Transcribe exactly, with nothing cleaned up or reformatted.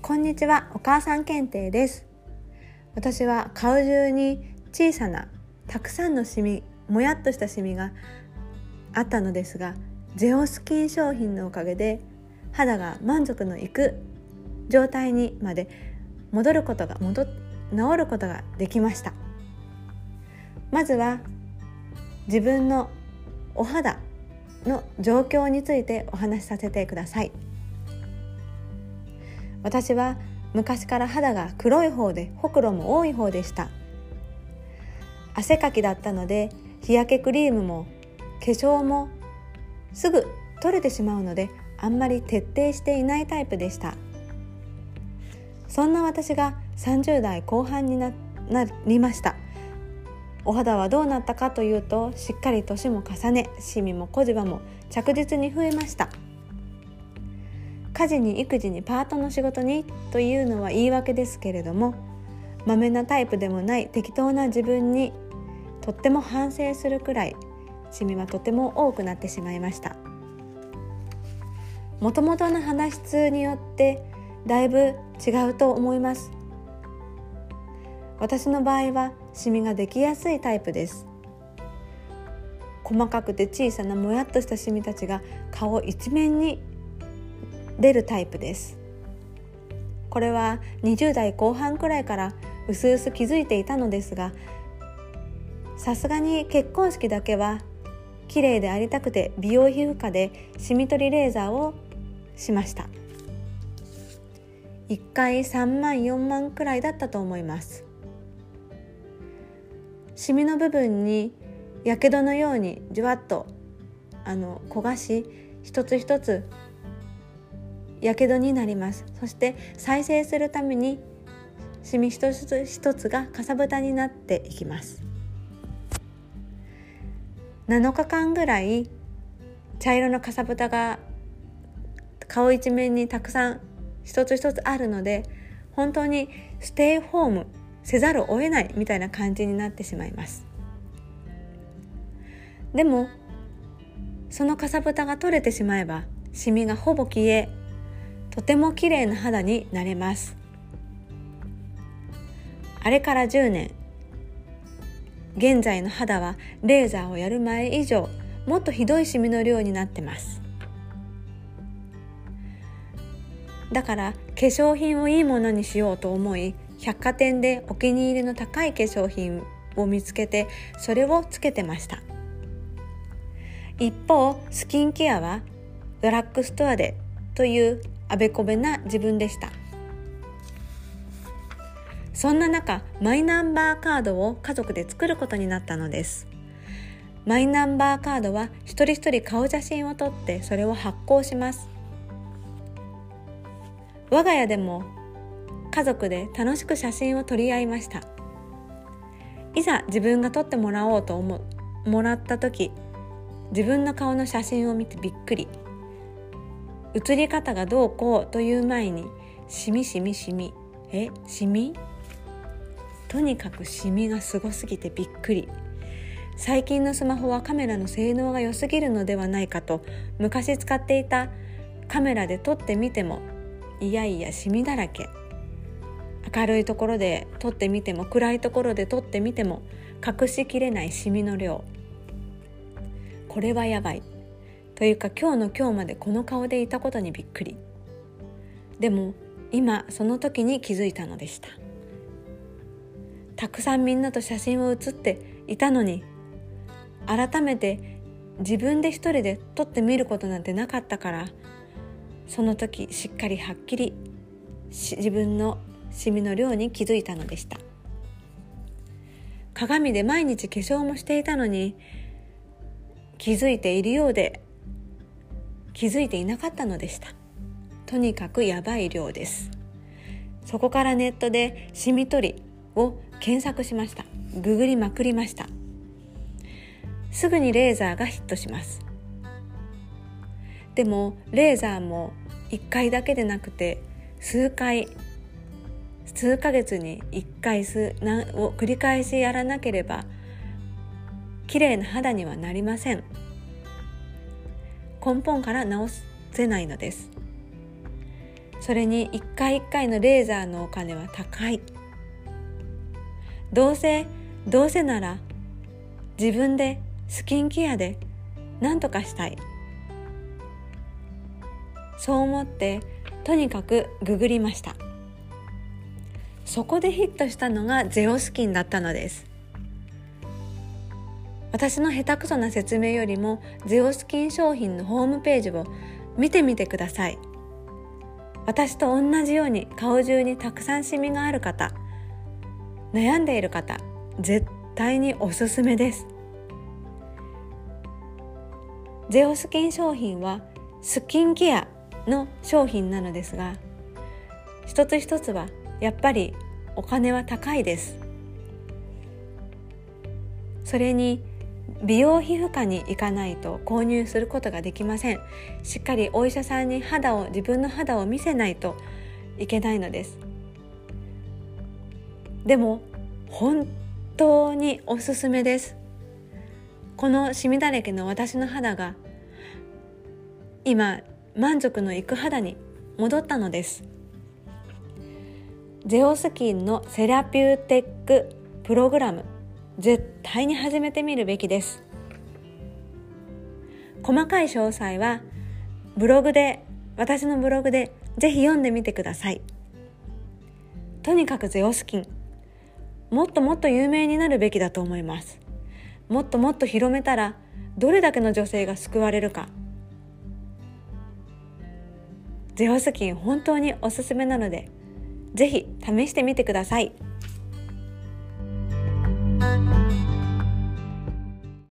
こんにちは、お母さん検定です。私は顔中に小さなたくさんのシミ、もやっとしたシミがあったのですが、ゼオスキン商品のおかげで肌が満足のいく状態にまで戻ることが戻治ることができました。まずは自分のお肌の状況についてお話しさせてください。私は昔から肌が黒い方でほくろも多い方でした。汗かきだったので日焼けクリームも化粧もすぐ取れてしまうので、あんまり徹底していないタイプでした。そんな私がさんじゅう代後半に な, なりました。お肌はどうなったかというと、しっかり年も重ね、シミも小じわも着実に増えました。家事に育児にパートの仕事にというのは言い訳ですけれども、まめなタイプでもない適当な自分にとっても反省するくらいシミはとても多くなってしまいました。もともとの肌質によってだいぶ違うと思います。私の場合はシミができやすいタイプです。細かくて小さなもやっとしたシミたちが顔一面に出るタイプです。これはにじゅう代後半くらいからうすうす気づいていたのですが、さすがに結婚式だけは綺麗でありたくて美容皮膚科でシミ取りレーザーをしました。いっかいさんまんよんまんくらいだったと思います。シミの部分にやけどのようにじゅわっとあの焦がし、一つ一つやけどになります。そして再生するためにシミ一つ一つがかさぶたになっていきます。なのかかんぐらい茶色のかさぶたが顔一面にたくさん一つ一つあるので、本当にステイホームせざるを得ないみたいな感じになってしまいます。でもそのかさぶたが取れてしまえばシミがほぼ消え、とても綺麗な肌になれます。あれからじゅうねん、現在の肌はレーザーをやる前以上もっとひどいシミの量になってます。だから化粧品をいいものにしようと思い、百貨店でお気に入りの高い化粧品を見つけてそれをつけてました。一方スキンケアはドラッグストアでというあべこべな自分でした。そんな中、マイナンバーカードを家族で作ることになったのです。マイナンバーカードは一人一人顔写真を撮ってそれを発行します。我が家でも家族で楽しく写真を撮り合いました。いざ自分が撮ってもらおうと思うもらった時、自分の顔の写真を見てびっくり。写り方がどうこうという前に、シミシミシミえシミとにかくシミがすごすぎてびっくり。最近のスマホはカメラの性能が良すぎるのではないかと、昔使っていたカメラで撮ってみてもいやいやシミだらけ。明るいところで撮ってみても暗いところで撮ってみても隠しきれないシミの量。これはやばいというか、今日の今日までこの顔でいたことにびっくり。でも今その時に気づいたのでした。たくさんみんなと写真を写っていたのに、改めて自分で一人で撮ってみることなんてなかったから、その時しっかりはっきり自分のシミの量に気づいたのでした。鏡で毎日化粧もしていたのに、気づいているようで気づいていなかったのでした。とにかくやばい量です。そこからネットでシミ取りを検索しました。ググりまくりました。すぐにレーザーがヒットします。でもレーザーもいっかいだけでなくて数回数ヶ月にいっかい数なを繰り返しやらなければ綺麗な肌にはなりません。根本から治せないのです。 それに一回一回のレーザーのお金は高い。どうせどうせなら自分でスキンケアで何とかしたい、そう思ってとにかくググりました。そこでヒットしたのがゼオスキンだったのです。私の下手くそな説明よりもゼオスキン商品のホームページを見てみてください。私と同じように顔中にたくさんシミがある方、悩んでいる方、絶対におすすめです。ゼオスキン商品はスキンケアの商品なのですが、一つ一つはやっぱりお金は高いです。それに美容皮膚科に行かないと購入することができません。しっかりお医者さんに肌を自分の肌を見せないといけないのです。でも本当におすすめです。このシミだらけの私の肌が今満足のいく肌に戻ったのです。ゼオスキンのセラピューテックプログラム、絶対に始めてみるべきです。細かい詳細はブログで、私のブログでぜひ読んでみてください。とにかくゼオスキン、もっともっと有名になるべきだと思います。もっともっと広めたらどれだけの女性が救われるか。ゼオスキン本当におすすめなので、ぜひ試してみてください。